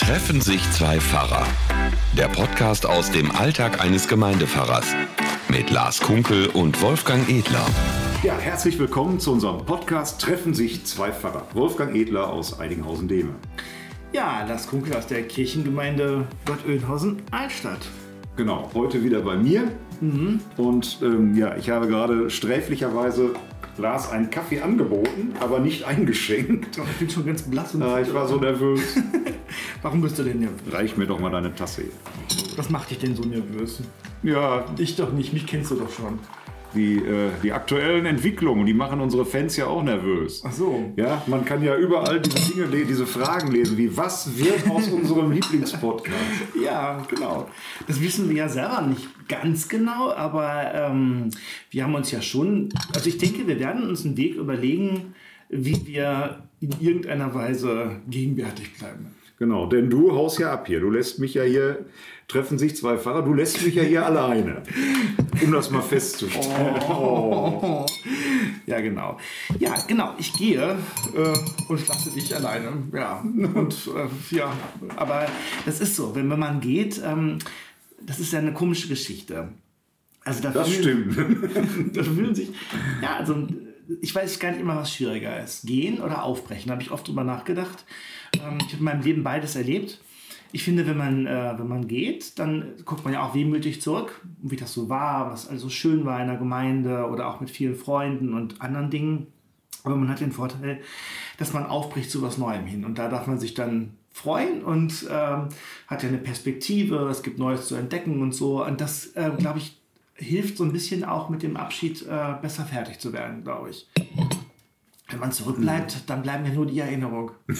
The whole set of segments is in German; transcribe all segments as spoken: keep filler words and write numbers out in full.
Treffen sich zwei Pfarrer. Der Podcast aus dem Alltag eines Gemeindepfarrers. Mit Lars Kunkel und Wolfgang Edler. Ja, herzlich willkommen zu unserem Podcast Treffen sich zwei Pfarrer. Wolfgang Edler aus Eidinghausen-Dehme. Ja, Lars Kunkel aus der Kirchengemeinde Bad Oeynhausen-Altstadt. Genau, heute wieder bei mir. Mhm. Und ähm, ja, ich habe gerade sträflicherweise Lars einen Kaffee angeboten, aber nicht eingeschenkt. Oh, ich bin schon ganz blass und ah, ich war so nervös. Warum bist du denn nervös? Reich mir doch mal deine Tasse. Was macht dich denn so nervös? Ja, ich doch nicht, mich kennst du doch schon. Die, äh, die aktuellen Entwicklungen, die machen unsere Fans ja auch nervös. Ach so. Ja, man kann ja überall diese Dinge, diese Fragen lesen, wie was wird aus unserem Lieblingspodcast? Ja, genau. Das wissen wir ja selber nicht ganz genau, aber ähm, wir haben uns ja schon, also ich denke, wir werden uns einen Weg überlegen, wie wir in irgendeiner Weise gegenwärtig bleiben. Genau, denn du haust ja ab hier. Du lässt mich ja hier, treffen sich zwei Pfarrer, du lässt mich ja hier alleine. Um das mal festzustellen. Oh. Ja, genau. Ja, genau. Ich gehe äh, und lasse dich alleine. Ja, und äh, ja, aber das ist so. Wenn, wenn man geht, ähm, das ist ja eine komische Geschichte. Also da das fühlen, stimmt. Da fühlen sich, ja, also ich weiß gar nicht immer, was schwieriger ist. Gehen oder aufbrechen, da habe ich oft drüber nachgedacht. Ähm, ich habe in meinem Leben beides erlebt. Ich finde, wenn man, äh, wenn man geht, dann guckt man ja auch wehmütig zurück, wie das so war, was also schön war in der Gemeinde oder auch mit vielen Freunden und anderen Dingen. Aber man hat den Vorteil, dass man aufbricht zu was Neuem hin. Und da darf man sich dann freuen und ähm, hat ja eine Perspektive, es gibt Neues zu entdecken und so. Und das, äh, glaube ich, hilft so ein bisschen auch mit dem Abschied äh, besser fertig zu werden, glaube ich. Wenn man zurückbleibt, dann bleiben ja nur die Erinnerungen. ja,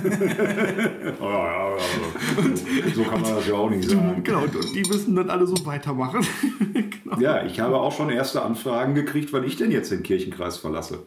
ja, ja. Und, so kann man das ja auch nicht sagen. Genau, und die müssen dann alle so weitermachen. Genau. Ja, ich habe auch schon erste Anfragen gekriegt, wann ich denn jetzt den Kirchenkreis verlasse.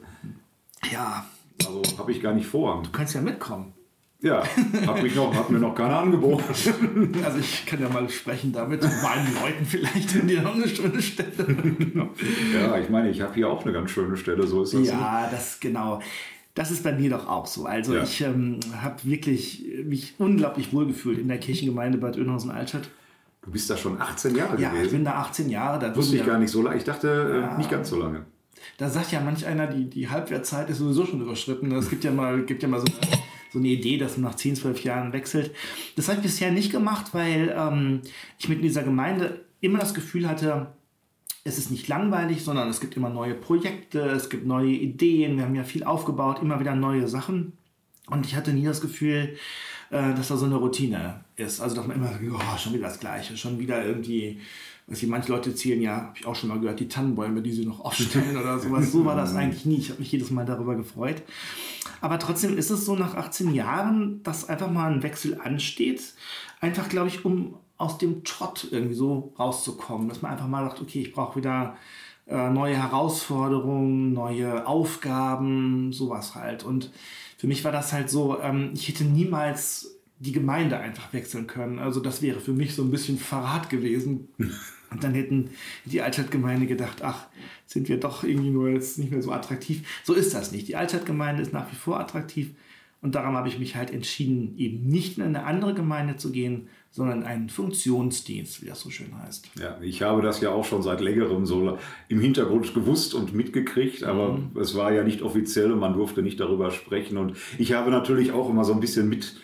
Ja. Also habe ich gar nicht vor. Du kannst ja mitkommen. Ja, hat, mich noch, hat mir noch keiner angeboten. Also ich kann ja mal sprechen damit, mit meinen Leuten vielleicht, wenn die noch eine schöne Stelle. Genau. Ja, ich meine, ich habe hier auch eine ganz schöne Stelle, so ist das. Ja, nicht. das genau. Das ist bei mir doch auch so. Also ja. ich ähm, habe wirklich mich unglaublich wohlgefühlt in der Kirchengemeinde Bad Oeynhausen-Altstadt. Du bist da schon achtzehn Jahre ja, gewesen? Ja, ich bin da achtzehn Jahre. Da wusste ich ja, gar nicht so lange. Ich dachte ja, äh, nicht ganz so lange. Da sagt ja manch einer, die, die Halbwertszeit ist sowieso schon überschritten. Es gibt ja mal, gibt ja mal so eine, so eine Idee, dass man nach zehn, zwölf Jahren wechselt. Das habe ich bisher nicht gemacht, weil ähm, ich mit dieser Gemeinde immer das Gefühl hatte, es ist nicht langweilig, sondern es gibt immer neue Projekte, es gibt neue Ideen, wir haben ja viel aufgebaut, immer wieder neue Sachen. Und ich hatte nie das Gefühl, äh, dass da so eine Routine ist. Also dass man immer, oh, schon wieder das Gleiche, schon wieder irgendwie, was ich, manche Leute zählen ja, habe ich auch schon mal gehört, die Tannenbäume, die sie noch aufstellen oder sowas. So war das eigentlich nie. Ich habe mich jedes Mal darüber gefreut. Aber trotzdem ist es so nach achtzehn Jahren, dass einfach mal ein Wechsel ansteht. Einfach, glaube ich, um aus dem Trott irgendwie so rauszukommen. Dass man einfach mal sagt, okay, ich brauche wieder äh, neue Herausforderungen, neue Aufgaben, sowas halt. Und für mich war das halt so, ähm, ich hätte niemals die Gemeinde einfach wechseln können. Also das wäre für mich so ein bisschen Verrat gewesen. Und dann hätten die Altstadtgemeinde gedacht, ach, sind wir doch irgendwie nur jetzt nicht mehr so attraktiv. So ist das nicht. Die Altstadtgemeinde ist nach wie vor attraktiv. Und darum habe ich mich halt entschieden, eben nicht in eine andere Gemeinde zu gehen, sondern in einen Funktionsdienst, wie das so schön heißt. Ja, ich habe das ja auch schon seit längerem so im Hintergrund gewusst und mitgekriegt, aber mhm. es war ja nicht offiziell und man durfte nicht darüber sprechen. Und ich habe natürlich auch immer so ein bisschen mit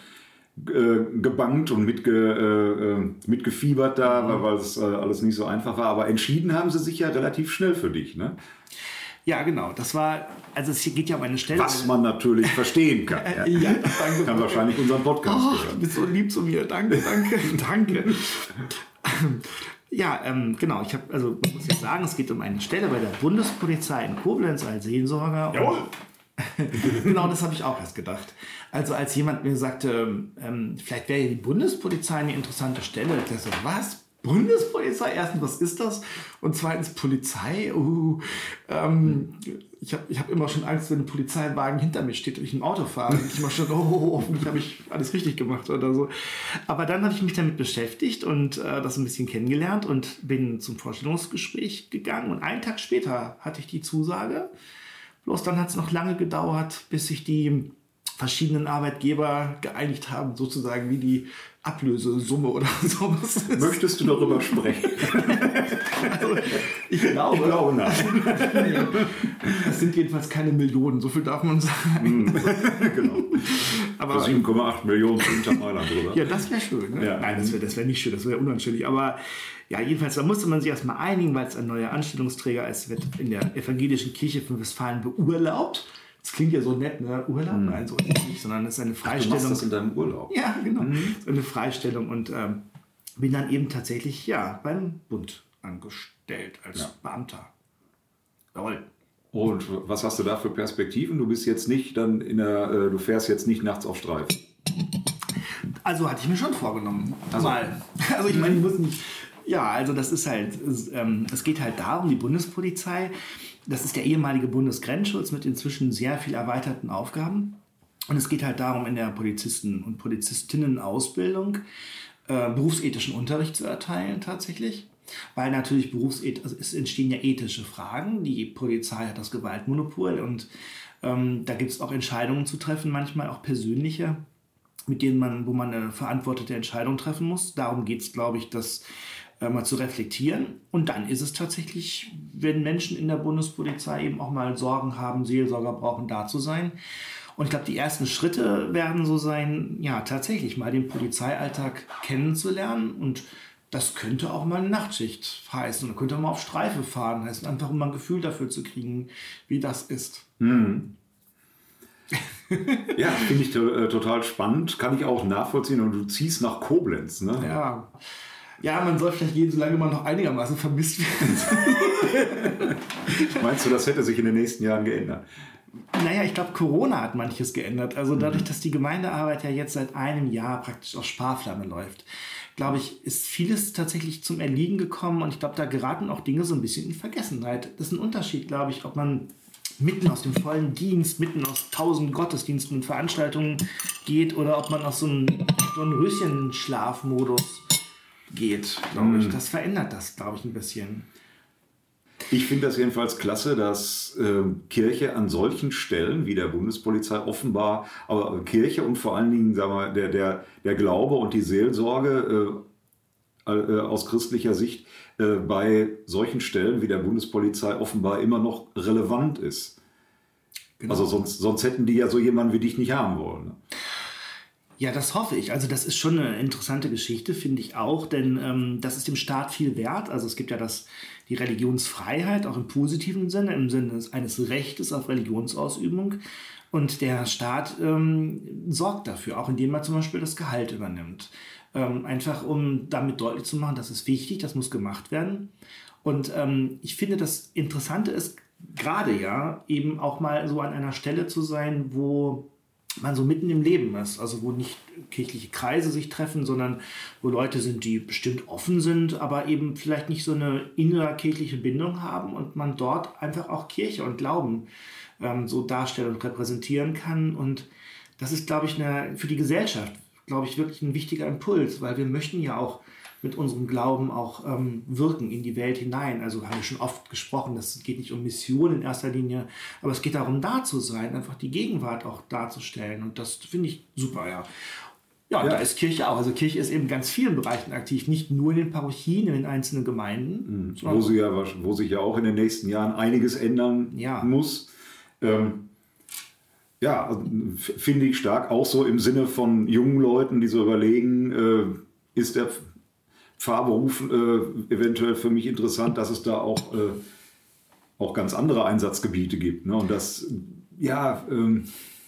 äh, gebangt und mitge, äh, mitgefiebert da, mhm. weil es äh, alles nicht so einfach war. Aber entschieden haben sie sich ja relativ schnell für dich, ne? Ja, genau. Das war, also es geht ja um eine Stelle. Was man natürlich verstehen kann. Ja, ja danke. Kann wahrscheinlich unseren Podcast oh, hören. Du bist so lieb zu mir. Danke, danke, danke. Ja, ähm, genau. Ich habe, also ich muss jetzt sagen, es geht um eine Stelle bei der Bundespolizei in Koblenz als Seelsorger. Jawohl. Genau, das habe ich auch erst gedacht. Also als jemand mir sagte, ähm, vielleicht wäre ja die Bundespolizei eine interessante Stelle. Ich dachte so, was? Bundespolizei? Erstens, was ist das? Und zweitens, Polizei? Uh, ähm, ich habe ich hab immer schon Angst, wenn ein Polizeiwagen hinter mir steht und ich im Auto fahre. Und ich immer schon, oh, hoffentlich habe ich alles richtig gemacht oder so. Aber dann habe ich mich damit beschäftigt und äh, das ein bisschen kennengelernt und bin zum Vorstellungsgespräch gegangen. Und einen Tag später hatte ich die Zusage. Bloß dann hat es noch lange gedauert, bis ich die verschiedenen Arbeitgeber geeinigt haben, sozusagen wie die Ablösesumme oder sowas. Möchtest du darüber sprechen? Also, ich glaube, ich glaube nein. Das sind jedenfalls keine Millionen, so viel darf man sagen. Genau. Aber sieben Komma acht Millionen hinter Mailand drüber. Ja, das wäre schön. Ne? Ja. Nein, das wäre das wär nicht schön, das wäre unanständig. Aber ja, jedenfalls, da musste man sich erstmal einigen, weil es ein neuer Anstellungsträger ist, wird in der evangelischen Kirche von Westfalen beurlaubt. Das klingt ja so nett, ne? Urlaub? Hm. Nein, so ist es nicht, sondern es ist eine Freistellung. Ach, du machst das in deinem Urlaub? Ja, genau. Mhm. So eine Freistellung und ähm, bin dann eben tatsächlich ja, beim Bund angestellt als ja. Beamter. Jawohl. Und was hast du da für Perspektiven? Du bist jetzt nicht dann in der, äh, du fährst jetzt nicht nachts auf Streifen. Also hatte ich mir schon vorgenommen. Also, Mal. Also ich meine, ich muss nicht. Ja, also das ist halt, es, ähm, es geht halt darum, die Bundespolizei, das ist der ehemalige Bundesgrenzschutz mit inzwischen sehr viel erweiterten Aufgaben. Und es geht halt darum, in der Polizisten- und Polizistinnen-Ausbildung äh, berufsethischen Unterricht zu erteilen tatsächlich. Weil natürlich Berufseth- also es entstehen ja ethische Fragen. Die Polizei hat das Gewaltmonopol und ähm, da gibt es auch Entscheidungen zu treffen, manchmal auch persönliche, mit denen man, wo man eine verantwortete Entscheidung treffen muss. Darum geht es, glaube ich, das äh, mal zu reflektieren. Und dann ist es tatsächlich, wenn Menschen in der Bundespolizei eben auch mal Sorgen haben, Seelsorger brauchen, da zu sein. Und ich glaube, die ersten Schritte werden so sein, ja, tatsächlich mal den Polizeialltag kennenzulernen. Und das könnte auch mal eine Nachtschicht heißen. Oder könnte auch mal auf Streife fahren heißen, einfach um mal ein Gefühl dafür zu kriegen, wie das ist. Mhm. Ja, finde ich to- total spannend. Kann ich auch nachvollziehen. Und du ziehst nach Koblenz, ne? Ja. Ja, man soll vielleicht gehen, solange man noch einigermaßen vermisst wird. Meinst du, das hätte sich in den nächsten Jahren geändert? Naja, ich glaube, Corona hat manches geändert. Also dadurch, dass die Gemeindearbeit ja jetzt seit einem Jahr praktisch auf Sparflamme läuft, glaube ich, ist vieles tatsächlich zum Erliegen gekommen. Und ich glaube, da geraten auch Dinge so ein bisschen in Vergessenheit. Das ist ein Unterschied, glaube ich, ob man mitten aus dem vollen Dienst, mitten aus tausend Gottesdiensten und Veranstaltungen geht oder ob man aus so einem, so einem Röschenschlafmodus geht, glaube ich. Das verändert das, glaube ich, ein bisschen. Ich finde das jedenfalls klasse, dass äh, Kirche an solchen Stellen wie der Bundespolizei offenbar, aber Kirche und vor allen Dingen sagen wir, der, der, der Glaube und die Seelsorge äh, äh, aus christlicher Sicht äh, bei solchen Stellen wie der Bundespolizei offenbar immer noch relevant ist. Genau. Also sonst, sonst hätten die ja so jemanden wie dich nicht haben wollen. Ne? Ja, das hoffe ich. Also das ist schon eine interessante Geschichte, finde ich auch, denn ähm, das ist dem Staat viel wert. Also es gibt ja das, die Religionsfreiheit, auch im positiven Sinne, im Sinne eines Rechtes auf Religionsausübung. Und der Staat ähm, sorgt dafür, auch indem er zum Beispiel das Gehalt übernimmt. Ähm, einfach um damit deutlich zu machen, das ist wichtig, das muss gemacht werden. Und ähm, ich finde, das Interessante ist gerade ja eben auch mal so an einer Stelle zu sein, wo man so mitten im Leben ist, also wo nicht kirchliche Kreise sich treffen, sondern wo Leute sind, die bestimmt offen sind, aber eben vielleicht nicht so eine innerkirchliche Bindung haben und man dort einfach auch Kirche und Glauben ähm, so darstellen und repräsentieren kann. Und das ist, glaube ich, eine, für die Gesellschaft, glaube ich, wirklich ein wichtiger Impuls, weil wir möchten ja auch mit unserem Glauben auch ähm, wirken in die Welt hinein. Also haben wir schon oft gesprochen, das geht nicht um Mission in erster Linie, aber es geht darum, da zu sein, einfach die Gegenwart auch darzustellen. Und das finde ich super, ja. Ja, und ja. Da ist Kirche auch. Also Kirche ist eben in ganz vielen Bereichen aktiv, nicht nur in den Parochien, in den einzelnen Gemeinden. Mhm. Wo, sie ja, wo sich ja auch in den nächsten Jahren einiges ändern ja. muss. Ähm, ja, also, finde ich stark, auch so im Sinne von jungen Leuten, die so überlegen, äh, ist der Pfarrberuf äh, eventuell für mich interessant, dass es da auch, äh, auch ganz andere Einsatzgebiete gibt. Ne? Und das, ja, ähm,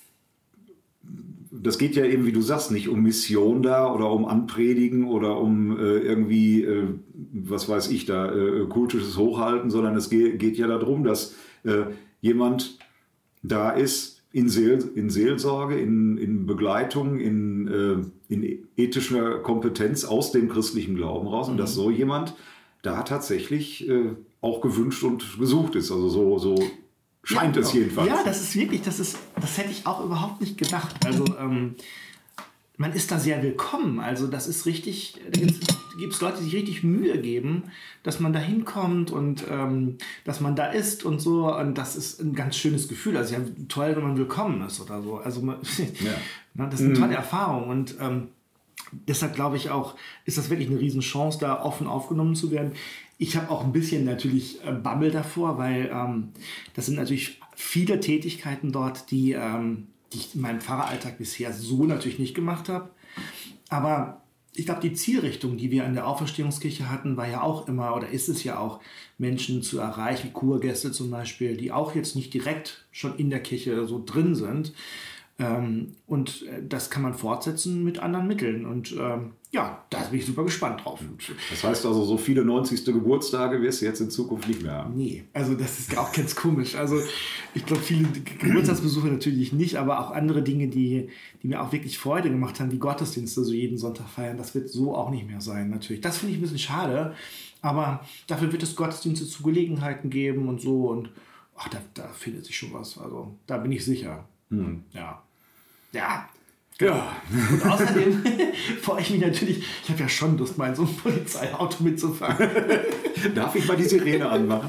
das geht ja eben, wie du sagst, nicht um Mission da oder um Anpredigen oder um äh, irgendwie, äh, was weiß ich da, äh, kultisches Hochhalten, sondern es geht, geht ja darum, dass äh, jemand da ist, in, Seel, in Seelsorge, in, in Begleitung, in, äh, in ethischer Kompetenz aus dem christlichen Glauben raus. Und mhm. dass so jemand da tatsächlich äh, auch gewünscht und gesucht ist. Also so, so scheint ja, es jedenfalls. Ja, das ist wirklich, das ist, das hätte ich auch überhaupt nicht gedacht. Also ähm, man ist da sehr willkommen. Also das ist richtig, gibt es Leute, die sich richtig Mühe geben, dass man da hinkommt und ähm, dass man da ist und so. Und das ist ein ganz schönes Gefühl. Also ja, toll, wenn man willkommen ist oder so. Also man, ja. Das ist eine tolle Erfahrung. Und ähm, deshalb glaube ich auch, ist das wirklich eine Riesenchance, da offen aufgenommen zu werden. Ich habe auch ein bisschen natürlich äh, Bammel davor, weil ähm, das sind natürlich viele Tätigkeiten dort, die, ähm, die ich in meinem Pfarreralltag bisher so natürlich nicht gemacht habe. Aber ich glaube, die Zielrichtung, die wir in der Auferstehungskirche hatten, war ja auch immer, oder ist es ja auch, Menschen zu erreichen, wie Kurgäste zum Beispiel, die auch jetzt nicht direkt schon in der Kirche so drin sind. Ähm, und das kann man fortsetzen mit anderen Mitteln. Und ähm, ja, da bin ich super gespannt drauf. Das heißt also, so viele neunzigste Geburtstage wirst du jetzt in Zukunft nicht mehr haben? Nee, also das ist auch ganz komisch. Also ich glaube, viele Geburtstagsbesuche natürlich nicht, aber auch andere Dinge, die, die mir auch wirklich Freude gemacht haben, wie Gottesdienste so jeden Sonntag feiern, das wird so auch nicht mehr sein natürlich. Das finde ich ein bisschen schade, aber dafür wird es Gottesdienste zu Gelegenheiten geben und so. Und ach, da, da findet sich schon was. Also da bin ich sicher. Hm. Ja. Ja. Ja. Und außerdem freue ich mich natürlich, ich habe ja schon Lust, mal in so ein Polizeiauto mitzufahren. Darf ich mal die Sirene anmachen?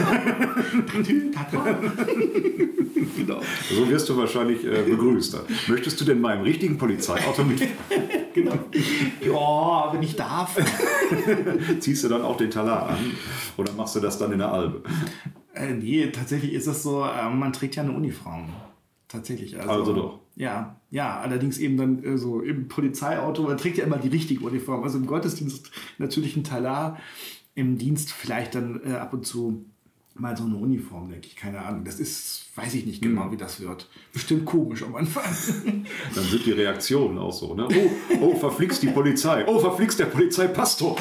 Genau. So wirst du wahrscheinlich äh, begrüßt. Möchtest du denn mal im richtigen Polizeiauto mitfahren? Genau. Ja, wenn ich darf. Ziehst du dann auch den Talar an oder machst du das dann in der Albe? Äh, nee, tatsächlich ist es so, äh, man trägt ja eine Uniform. Tatsächlich. Also, also doch. Ja, ja, allerdings eben dann äh, so im Polizeiauto, man trägt ja immer die richtige Uniform. Also im Gottesdienst natürlich ein Talar, im Dienst vielleicht dann äh, ab und zu mal so eine Uniform, denke ich, keine Ahnung. Das ist, weiß ich nicht genau, hm. wie das wird. Bestimmt komisch am Anfang. Dann sind die Reaktionen auch so, ne? Oh, oh, verflixt die Polizei. Oh, verflixt der Polizeipastor.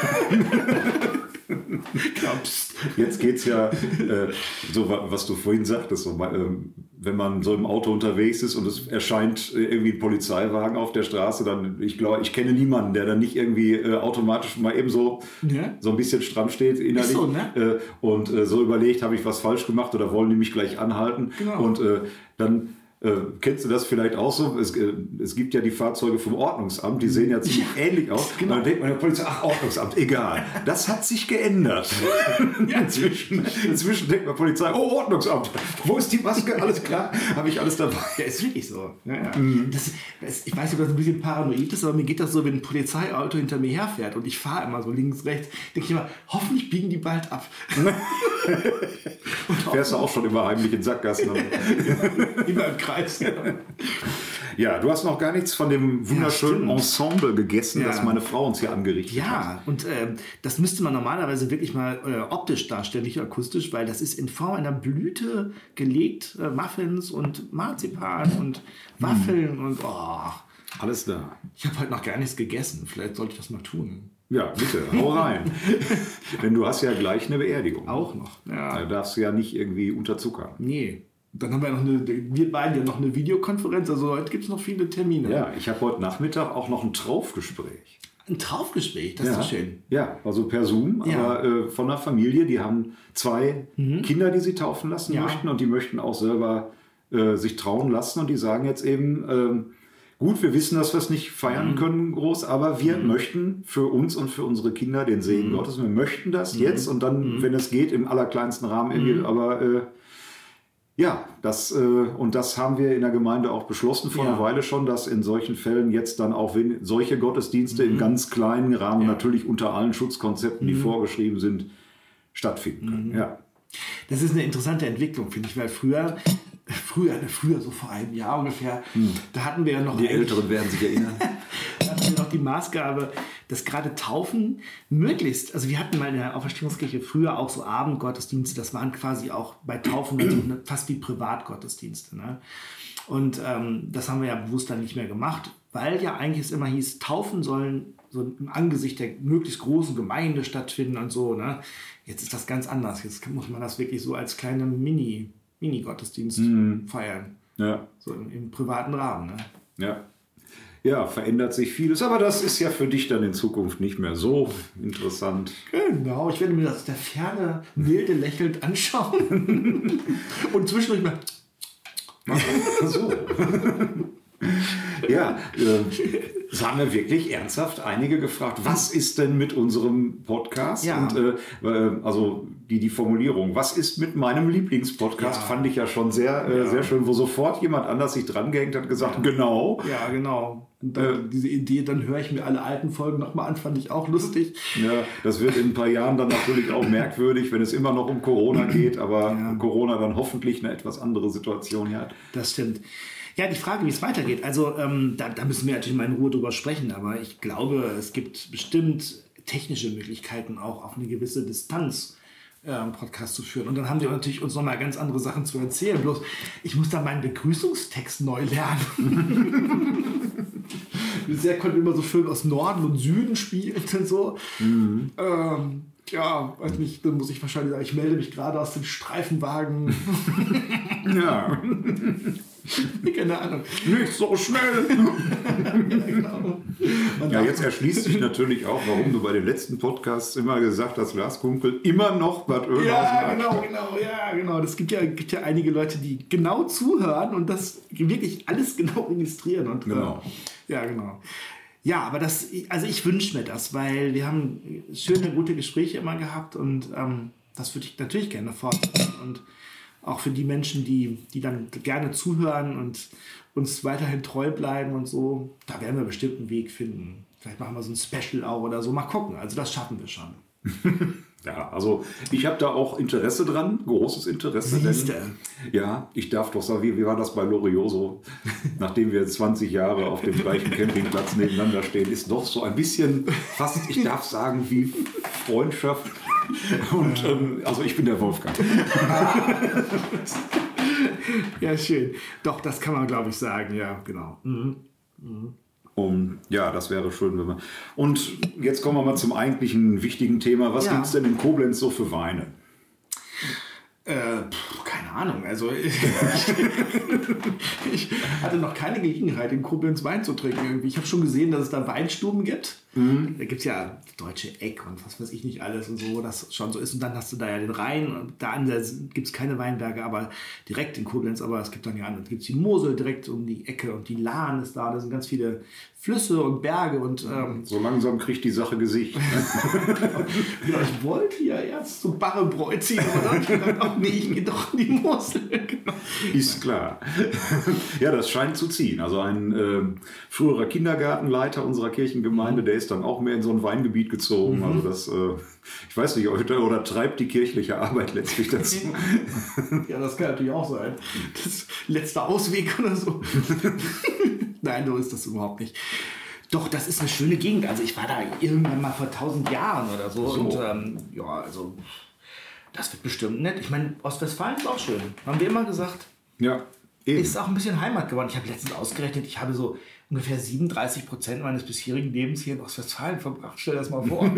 Jetzt geht's ja, äh, so was du vorhin sagtest, so, äh, wenn man so im Auto unterwegs ist und es erscheint irgendwie ein Polizeiwagen auf der Straße, dann, ich glaube, ich kenne niemanden, der dann nicht irgendwie äh, automatisch mal eben so, ja. so ein bisschen stramm steht innerlich so, ne? äh, und äh, so überlegt, habe ich was falsch gemacht oder wollen die mich gleich anhalten? Genau. Und äh, dann Äh, kennst du das vielleicht auch so? Es, äh, es gibt ja die Fahrzeuge vom Ordnungsamt, die sehen ja ziemlich ja, ähnlich aus. Genau. Und dann denkt man der Polizei, ach, Ordnungsamt, egal. Das hat sich geändert. Ja. Inzwischen, inzwischen denkt man Polizei, oh, Ordnungsamt, wo ist die Maske? Alles klar? Habe ich alles dabei? Ja, ist wirklich so. Ja, ja. Mhm. Das, das, ich weiß nicht, ob das ein bisschen paranoid ist, aber mir geht das so, wenn ein Polizeiauto hinter mir herfährt und ich fahre immer so links, rechts, denke ich immer, hoffentlich biegen die bald ab. Und fährst du auch schon immer heimlich in Sackgassen? Immer im Kreis. Ja, du hast noch gar nichts von dem wunderschönen ja, Ensemble gegessen, ja. das meine Frau uns hier angerichtet ja, hat. Ja, und äh, das müsste man normalerweise wirklich mal äh, optisch darstellen, nicht akustisch, weil das ist in Form einer Blüte gelegt, äh, Muffins und Marzipan und Waffeln hm. und oh. Alles da. Ich habe heute noch gar nichts gegessen, vielleicht sollte ich das mal tun. Ja, bitte, hau rein. Denn du hast ja gleich eine Beerdigung. Auch noch, ja. Da darfst du ja nicht irgendwie unterzuckern. Nee. Dann haben wir noch eine, wir beiden ja noch eine Videokonferenz, also heute gibt es noch viele Termine. Ja, ich habe heute Nachmittag auch noch ein Traufgespräch. Ein Traufgespräch, das ja, ist so schön. Ja, also per Zoom, ja. aber äh, von einer Familie, die haben zwei mhm. Kinder, die sie taufen lassen ja. möchten und die möchten auch selber äh, sich trauen lassen und die sagen jetzt eben, äh, gut, wir wissen, dass wir es nicht feiern mhm. können groß, aber wir mhm. möchten für uns und für unsere Kinder den Segen mhm. Gottes, wir möchten das mhm. jetzt und dann, mhm. wenn es geht, im allerkleinsten Rahmen irgendwie, mhm. aber äh, ja, das, äh, und das haben wir in der Gemeinde auch beschlossen vor ja. einer Weile schon, dass in solchen Fällen jetzt dann auch wenn solche Gottesdienste mhm. im ganz kleinen Rahmen, ja. natürlich unter allen Schutzkonzepten, die mhm. vorgeschrieben sind, stattfinden können. Mhm. Ja. Das ist eine interessante Entwicklung, finde ich, weil früher, früher, früher so vor einem Jahr ungefähr, mhm. da hatten wir ja noch... Die Älteren werden sich erinnern. Da hatten wir noch die Maßgabe, dass gerade Taufen möglichst, also wir hatten mal in der Auferstehungskirche früher auch so Abendgottesdienste, das waren quasi auch bei Taufen also fast wie Privatgottesdienste. Ne? Und ähm, das haben wir ja bewusst dann nicht mehr gemacht, weil ja eigentlich es immer hieß, Taufen sollen so im Angesicht der möglichst großen Gemeinde stattfinden und so. Ne? Jetzt ist das ganz anders. Jetzt muss man das wirklich so als kleine Mini, Mini-Gottesdienst mhm. feiern. Ja. So im, im privaten Rahmen. Ne? Ja. Ja, verändert sich vieles, aber das ist ja für dich dann in Zukunft nicht mehr so interessant. Genau, ich werde mir das aus der Ferne milde lächelnd anschauen und zwischendurch mal so. Ja, äh, es haben wir wirklich ernsthaft einige gefragt, was ist denn mit unserem Podcast? Ja. Und äh, also die, die Formulierung, was ist mit meinem Lieblingspodcast, Ja. fand ich ja schon sehr, äh, Ja. sehr schön, wo sofort jemand anders sich dran gehängt hat und gesagt, genau. Ja, genau. Und dann, diese Idee, dann höre ich mir alle alten Folgen nochmal an, fand ich auch lustig. Ja, das wird in ein paar Jahren dann natürlich auch merkwürdig, wenn es immer noch um Corona geht, aber Ja. Corona dann hoffentlich eine etwas andere Situation hier hat. Das stimmt. Ja, die Frage, wie es weitergeht, also ähm, da, da müssen wir natürlich mal in Ruhe drüber sprechen, aber ich glaube, es gibt bestimmt technische Möglichkeiten, auch auf eine gewisse Distanz äh, einen Podcast zu führen. Und dann haben wir natürlich uns nochmal ganz andere Sachen zu erzählen. Bloß, ich muss da meinen Begrüßungstext neu lernen. Bisher konnte immer so schön aus Norden und Süden spielen und so. Mhm. Ähm, ja, weiß nicht, dann muss ich wahrscheinlich sagen, ich melde mich gerade aus dem Streifenwagen. Ja. Keine Ahnung. Nicht so schnell. Ja, genau. Ja, jetzt erschließt sich natürlich auch, warum du bei den letzten Podcasts immer gesagt hast, Lars Kunkel immer noch Bad Oeynhausen Ja, mag. genau, genau, ja, genau. Das gibt ja, gibt ja einige Leute, die genau zuhören und das wirklich alles genau registrieren. Und, Genau. Äh, ja, genau. Ja, aber das, also ich wünsche mir das, weil wir haben schöne, gute Gespräche immer gehabt und ähm, das würde ich natürlich gerne fortsetzen. Und auch für die Menschen, die, die dann gerne zuhören und uns weiterhin treu bleiben und so, da werden wir bestimmt einen Weg finden. Vielleicht machen wir so ein Special auch oder so. Mal gucken. Also das schaffen wir schon. Ja, also ich habe da auch Interesse dran, großes Interesse. Siehste. Denn, ja, ich darf doch sagen, wie, wie war das bei Loriot so? Nachdem wir zwanzig Jahre auf dem gleichen Campingplatz nebeneinander stehen, ist doch so ein bisschen fast, ich darf sagen, wie Freundschaft. Und ähm, also ich bin der Wolfgang. Ja, schön. Doch, das kann man, glaube ich, sagen. Ja, genau. Mhm. Mhm. Um, ja, das wäre schön, wenn wir. Und jetzt kommen wir mal zum eigentlichen wichtigen Thema. Was Ja. gibt es denn in Koblenz so für Weine? Äh, pff, keine Ahnung. Also ich, ich hatte noch keine Gelegenheit, in Koblenz Wein zu trinken. Irgendwie. Ich habe schon gesehen, dass es da Weinstuben gibt. Mhm. Da gibt es ja Deutsche Eck und was weiß ich nicht alles und so, wo das schon so ist. Und dann hast du da ja den Rhein. Und da gibt es keine Weinberge, aber direkt in Koblenz. Aber es gibt dann ja andere. Da gibt es die Mosel direkt um die Ecke und die Lahn ist da. Da sind ganz viele Flüsse und Berge. Und ähm, so langsam kriegt die Sache Gesicht. ja, ich wollte ja erst zu Barrebräu ziehen, aber dann habe ich gedacht, ach nee, ich gehe doch in die Mosel. Genau. Ist klar. Ja, das scheint zu ziehen. Also ein äh, früherer Kindergartenleiter unserer Kirchengemeinde, der ist dann auch mehr in so ein Weingebiet gezogen. Mhm. Also das, äh, ich weiß nicht, oder, oder treibt die kirchliche Arbeit letztlich dazu. Ja, das kann natürlich auch sein. Das letzte Ausweg oder so. Nein, so ist das überhaupt nicht. Doch, das ist eine schöne Gegend. Also ich war da irgendwann mal vor tausend Jahren oder so. so. Und ähm, ja, also das wird bestimmt nett. Ich meine, Ostwestfalen ist auch schön. Haben wir immer gesagt. Ja, eben. Ist auch ein bisschen Heimat geworden. Ich habe letztens ausgerechnet, ich habe so ungefähr siebenunddreißig Prozent meines bisherigen Lebens hier in Ostwestfalen verbracht. Stell dir das mal vor.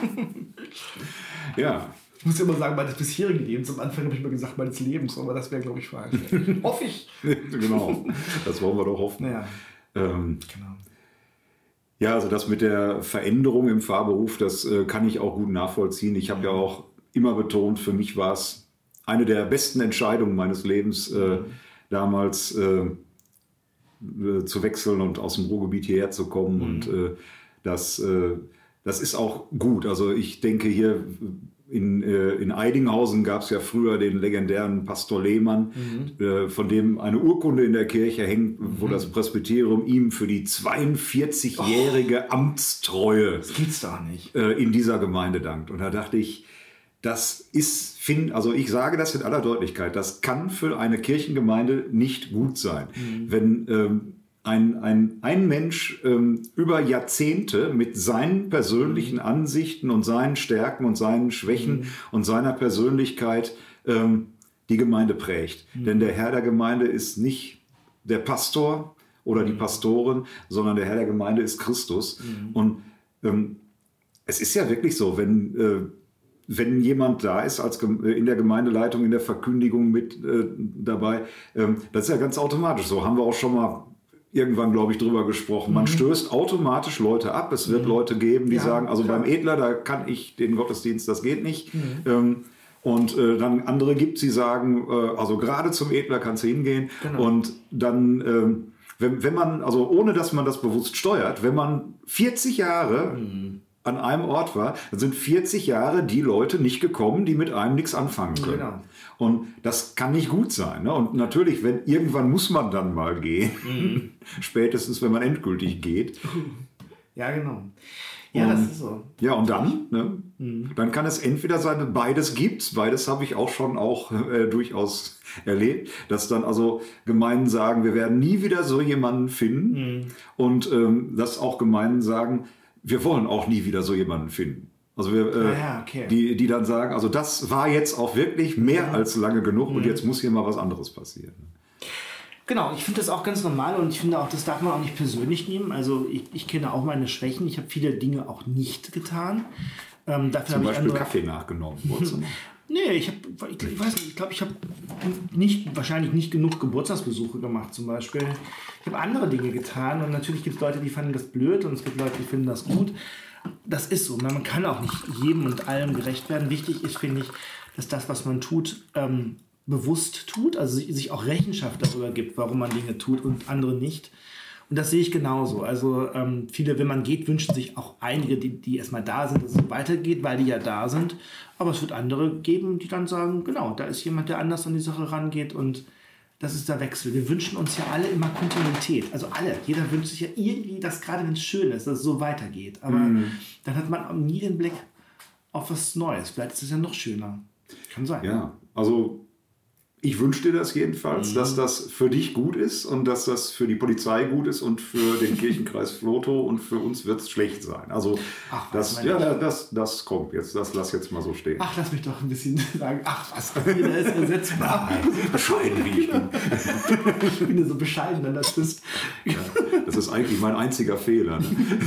Ja. Ich muss immer sagen, meines bisherigen Lebens. Am Anfang habe ich immer gesagt, meines Lebens, aber das wäre, glaube ich, falsch. Hoffe ich. Genau, das wollen wir doch hoffen. Ja, ähm, genau. Ja, also das mit der Veränderung im Fahrberuf, das äh, kann ich auch gut nachvollziehen. Ich habe ja auch immer betont, für mich war es eine der besten Entscheidungen meines Lebens, äh, damals äh, äh, zu wechseln und aus dem Ruhrgebiet hierher zu kommen. Mhm. Und äh, das, äh, das ist auch gut. Also ich denke hier in, äh, in Eidinghausen gab es ja früher den legendären Pastor Lehmann, mhm. äh, von dem eine Urkunde in der Kirche hängt, wo mhm. das Presbyterium ihm für die zweiundvierzigjährige oh, Amtstreue das gibt's doch nicht. Äh, in dieser Gemeinde dankt. Und da dachte ich, das ist, find, also ich sage das in aller Deutlichkeit, das kann für eine Kirchengemeinde nicht gut sein, mhm. wenn ähm, ein, ein, ein Mensch ähm, über Jahrzehnte mit seinen persönlichen Ansichten und seinen Stärken und seinen Schwächen mhm. und seiner Persönlichkeit ähm, die Gemeinde prägt. Mhm. Denn der Herr der Gemeinde ist nicht der Pastor oder die Pastorin, sondern der Herr der Gemeinde ist Christus. Mhm. Und ähm, es ist ja wirklich so, wenn... Äh, Wenn jemand da ist, als in der Gemeindeleitung, in der Verkündigung mit äh, dabei, ähm, das ist ja ganz automatisch so. Haben wir auch schon mal irgendwann, glaube ich, drüber gesprochen. Man mhm. stößt automatisch Leute ab. Es wird mhm. Leute geben, die ja, sagen, also klar. beim Edler, da kann ich den Gottesdienst, das geht nicht. Mhm. Ähm, und äh, dann andere gibt, die sagen, äh, also gerade zum Edler kannst du hingehen. Genau. Und dann... Ähm, wenn, wenn man, also ohne dass man das bewusst steuert, wenn man vierzig Jahre mhm. an einem Ort war, dann sind vierzig Jahre die Leute nicht gekommen, die mit einem nichts anfangen können. Genau. Und das kann nicht gut sein. Ne? Und natürlich, wenn irgendwann muss man dann mal gehen, mhm. spätestens wenn man endgültig geht. Ja, genau. Ja, und, das ist so. Ja, und dann, ne, mhm. dann kann es entweder sein, beides gibt's, beides habe ich auch schon auch äh, durchaus erlebt, dass dann also Gemeinden sagen, wir werden nie wieder so jemanden finden mhm. und ähm, dass auch Gemeinden sagen, wir wollen auch nie wieder so jemanden finden. Also wir, äh, ah, ja, okay. die, die dann sagen, also das war jetzt auch wirklich mehr als lange genug mhm. und jetzt muss hier mal was anderes passieren. Genau, ich finde das auch ganz normal und ich finde auch, das darf man auch nicht persönlich nehmen. Also ich, ich kenne auch meine Schwächen. Ich habe viele Dinge auch nicht getan. Ähm, dafür Zum habe Beispiel ich andere... Kaffee nachgenommen. Nee, ich habe, ich, ich weiß nicht, ich glaube, ich habe nicht, wahrscheinlich nicht genug Geburtstagsbesuche gemacht zum Beispiel. Ich habe andere Dinge getan und natürlich gibt es Leute, die fanden das blöd und es gibt Leute, die finden das gut. Das ist so. Man kann auch nicht jedem und allem gerecht werden. Wichtig ist, finde ich, dass das, was man tut, ähm, bewusst tut, also sich auch Rechenschaft darüber gibt, warum man Dinge tut und andere nicht. Und das sehe ich genauso. Also ähm, viele, wenn man geht, wünschen sich auch einige, die, die erstmal da sind, dass es weitergeht, weil die ja da sind. Aber es wird andere geben, die dann sagen, genau, da ist jemand, der anders an die Sache rangeht und das ist der Wechsel. Wir wünschen uns ja alle immer Kontinuität. Also alle. Jeder wünscht sich ja irgendwie, dass gerade wenn es schön ist, dass es so weitergeht. Aber mhm. dann hat man nie den Blick auf was Neues. Vielleicht ist es ja noch schöner. Kann sein. Ja, also ich wünsche dir das jedenfalls, mhm. dass das für dich gut ist und dass das für die Polizei gut ist und für den Kirchenkreis Vlotho und für uns wird es schlecht sein. Also ach, das, ja, das, das kommt jetzt, das lass jetzt mal so stehen. Ach, lass mich doch ein bisschen sagen, ach, was, jeder ist ersetzbar. Bescheiden, wie ich bin. Ich bin ja so bescheiden, wenn das ist. Ja, das ist eigentlich mein einziger Fehler.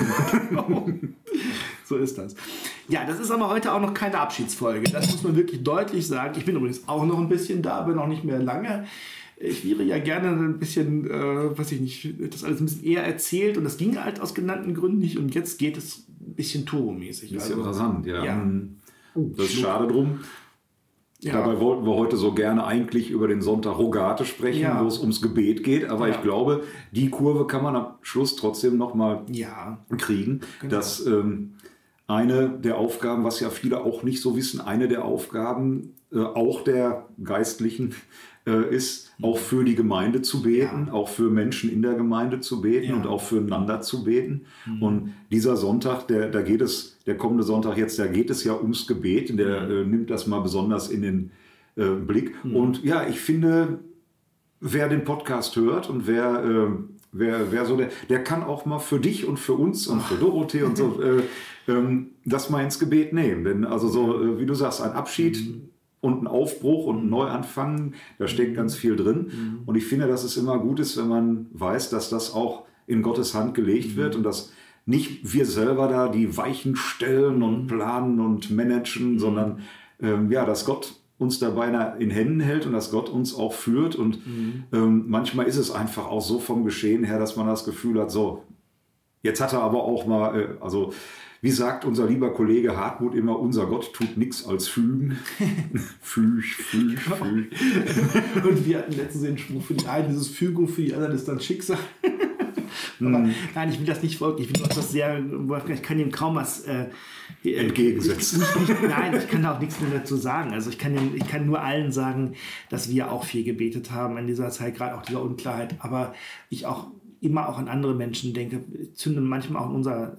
Ne? So ist das. Ja, das ist aber heute auch noch keine Abschiedsfolge. Das muss man wirklich deutlich sagen. Ich bin übrigens auch noch ein bisschen da, bin auch nicht mehr lange. Ich wäre ja gerne ein bisschen, äh, weiß ich nicht, das alles ein bisschen eher erzählt. Und das ging halt aus genannten Gründen nicht. Und jetzt geht es ein bisschen turbomäßig. Ein bisschen also, rasant, ja. ja. Das ist schade drum. Ja. Dabei wollten wir heute so gerne eigentlich über den Sonntag Rogate sprechen, ja. wo es ums Gebet geht. Aber ja. ich glaube, die Kurve kann man am Schluss trotzdem nochmal ja. kriegen. Genau. Dass ähm, eine der Aufgaben, was ja viele auch nicht so wissen, eine der Aufgaben äh, auch der Geistlichen äh, ist, auch für die Gemeinde zu beten, ja. auch für Menschen in der Gemeinde zu beten ja. und auch füreinander zu beten. Mhm. Und dieser Sonntag, der, da geht es, der kommende Sonntag jetzt, da geht es ja ums Gebet. Der mhm. äh, nimmt das mal besonders in den äh, Blick. Mhm. Und ja, ich finde, wer den Podcast hört und wer, äh, wer, wer so der, der kann auch mal für dich und für uns und für Dorothee und so äh, ähm, das mal ins Gebet nehmen. Denn also so, äh, wie du sagst, ein Abschied mhm. und ein Aufbruch und ein Neuanfang, da steckt ganz viel drin. Mhm. Und ich finde, dass es immer gut ist, wenn man weiß, dass das auch in Gottes Hand gelegt mhm. wird und dass nicht wir selber da die Weichen stellen und planen und managen, mhm. sondern ähm, ja, dass Gott uns dabei in Händen hält und dass Gott uns auch führt. Und mhm. ähm, manchmal ist es einfach auch so vom Geschehen her, dass man das Gefühl hat, so, jetzt hat er aber auch mal, äh, also wie sagt unser lieber Kollege Hartmut immer, unser Gott tut nichts als fügen. Füg, füg, füg. Und wir hatten letztens den Spruch, für die einen ist es Fügung, für die anderen ist dann Schicksal. Aber mm. nein, ich will das nicht folgen. Ich will das sehr, ich kann dem kaum was äh, entgegensetzen. Ich, ich, nein, ich kann da auch nichts mehr dazu sagen. Also ich kann, ich kann nur allen sagen, dass wir auch viel gebetet haben in dieser Zeit, gerade auch dieser Unklarheit. Aber ich auch immer auch an andere Menschen denke, ich zünde manchmal auch in unserer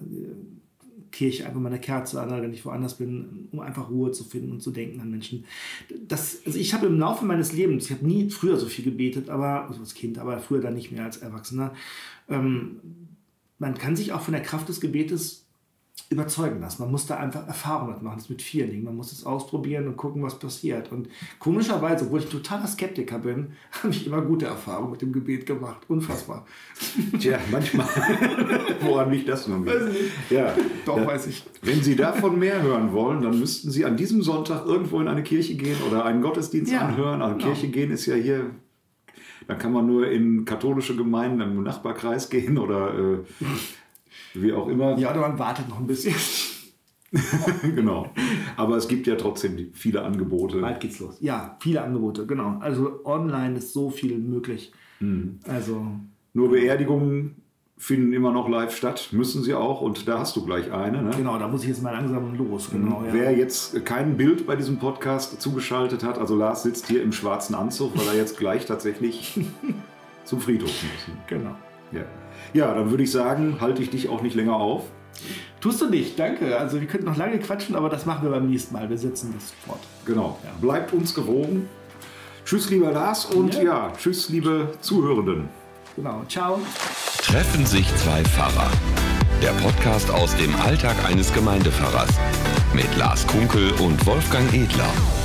Kirche einfach mal eine Kerze an, wenn ich woanders bin, um einfach Ruhe zu finden und zu denken an Menschen. Das, also ich habe im Laufe meines Lebens, ich habe nie früher so viel gebetet, aber also als Kind, aber früher dann nicht mehr als Erwachsener. Ähm, man kann sich auch von der Kraft des Gebetes überzeugen lassen. Man muss da einfach Erfahrung mitmachen. Das ist mit vielen Dingen. Man muss es ausprobieren und gucken, was passiert. Und komischerweise, obwohl ich ein totaler Skeptiker bin, habe ich immer gute Erfahrungen mit dem Gebet gemacht. Unfassbar. Tja, manchmal. Woran liegt das nun? Weiß ich nicht. Ja. Doch, ja. weiß ich. Wenn Sie davon mehr hören wollen, dann müssten Sie an diesem Sonntag irgendwo in eine Kirche gehen oder einen Gottesdienst ja, anhören. An genau. Kirche gehen ist ja hier, da kann man nur in katholische Gemeinden im Nachbarkreis gehen oder äh, wie auch immer. Ja, oder man wartet noch ein bisschen. Genau. Aber es gibt ja trotzdem viele Angebote. Bald geht's los. Ja, viele Angebote, genau. Also online ist so viel möglich. Mhm. Also Nur Beerdigungen finden immer noch live statt, müssen sie auch. Und da hast du gleich eine. Ne? Genau, da muss ich jetzt mal langsam los. Genau, ja. Wer jetzt kein Bild bei diesem Podcast zugeschaltet hat, also Lars sitzt hier im schwarzen Anzug, weil er jetzt gleich tatsächlich zum Friedhof muss. Genau. Ja. ja, dann würde ich sagen, halte ich dich auch nicht länger auf. Tust du nicht, danke. Also wir könnten noch lange quatschen, aber das machen wir beim nächsten Mal. Wir setzen das fort. Genau. Ja. Bleibt uns gewogen. Tschüss, lieber Lars, und ja, ja tschüss, liebe Zuhörenden. Genau, ciao. Treffen sich zwei Pfarrer. Der Podcast aus dem Alltag eines Gemeindepfarrers. Mit Lars Kunkel und Wolfgang Edler.